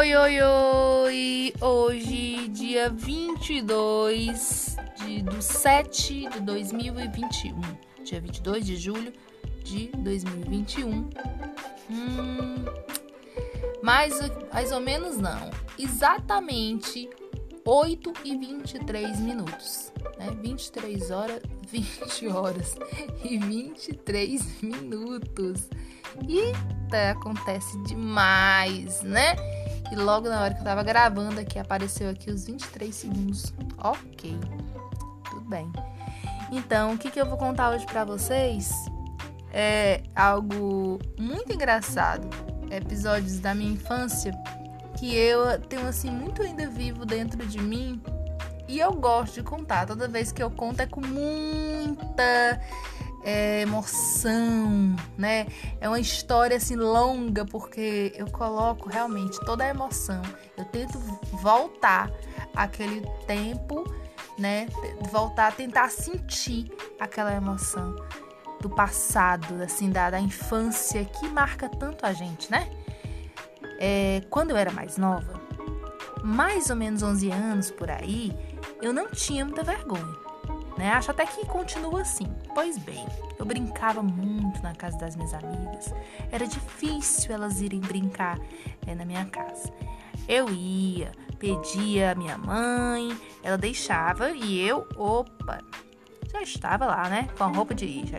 Oi! Hoje, dia 22/7/2021. Dia 22 de julho de 2021. Mais ou menos não. Exatamente 8h23, né? 20 horas e 23 minutos. Eita, acontece demais, né? E logo na hora que eu tava gravando aqui, apareceu aqui os 23 segundos. Ok, tudo bem. Então, o que eu vou contar hoje pra vocês é algo muito engraçado. Episódios da minha infância que eu tenho, assim, muito ainda vivo dentro de mim. E eu gosto de contar. Toda vez que eu conto é com muita emoção, né? É uma história assim longa, porque eu coloco realmente toda a emoção. Eu tento voltar àquele tempo, né? Voltar a tentar sentir aquela emoção do passado, assim, da infância que marca tanto a gente, né? Quando eu era mais nova, mais ou menos 11 anos por aí, eu não tinha muita vergonha, né? Acho até que continua assim. Pois bem, eu brincava muito na casa das minhas amigas. Era difícil elas irem brincar na minha casa. Eu ia, pedia a minha mãe, ela deixava e eu, já estava lá, né? Com a roupa de ir.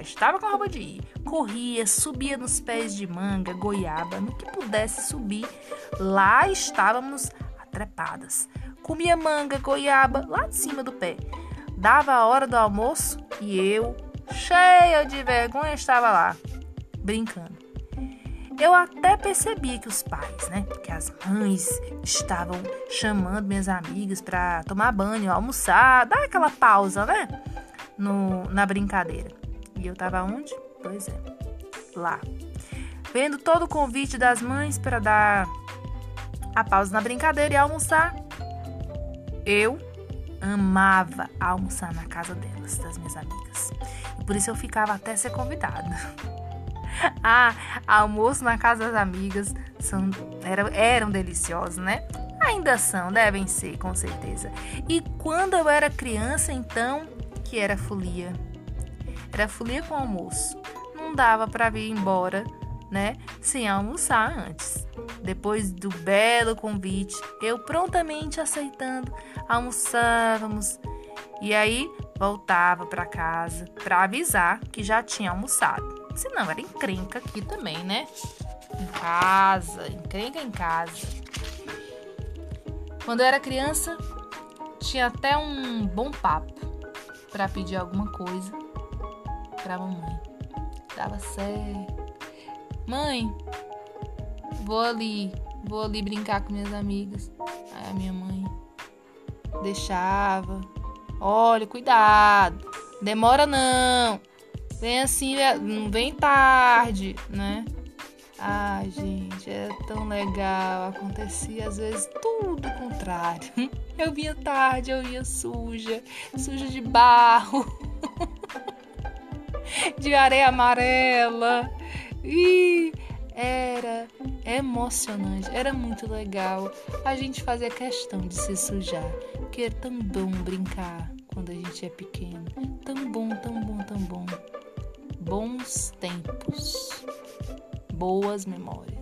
Corria, subia nos pés de manga, goiaba, no que pudesse subir. Lá estávamos trepadas. Comia manga, goiaba, lá de cima do pé. Dava a hora do almoço e eu, cheia de vergonha, estava lá, brincando. Eu até percebia que os pais, né, que as mães estavam chamando minhas amigas para tomar banho, almoçar, dar aquela pausa, né, na brincadeira. E eu estava onde? Pois é, lá. Vendo todo o convite das mães para dar a pausa na brincadeira e almoçar. Eu amava almoçar na casa delas, das minhas amigas. E por isso eu ficava até ser convidada. Almoço na casa das amigas eram deliciosos, né? Ainda são, devem ser, com certeza. E quando eu era criança, então, que era folia. Era folia com almoço. Não dava para vir embora, né, sem almoçar antes. Depois do belo convite, eu prontamente aceitando, almoçávamos. E aí, voltava para casa para avisar que já tinha almoçado. Senão era encrenca aqui também, né? Encrenca em casa. Quando eu era criança, tinha até um bom papo para pedir alguma coisa para mamãe. Dava certo. Mãe, vou ali brincar com minhas amigas. Aí a minha mãe deixava. Olha, cuidado, demora não. Vem assim, não vem tarde, né? Ai, gente, é tão legal. Acontecia às vezes tudo o contrário. Eu vinha tarde, eu vinha suja de barro, de areia amarela. E era emocionante, era muito legal. A gente fazia questão de se sujar, porque é tão bom brincar quando a gente é pequeno. Tão bom. Bons tempos, boas memórias.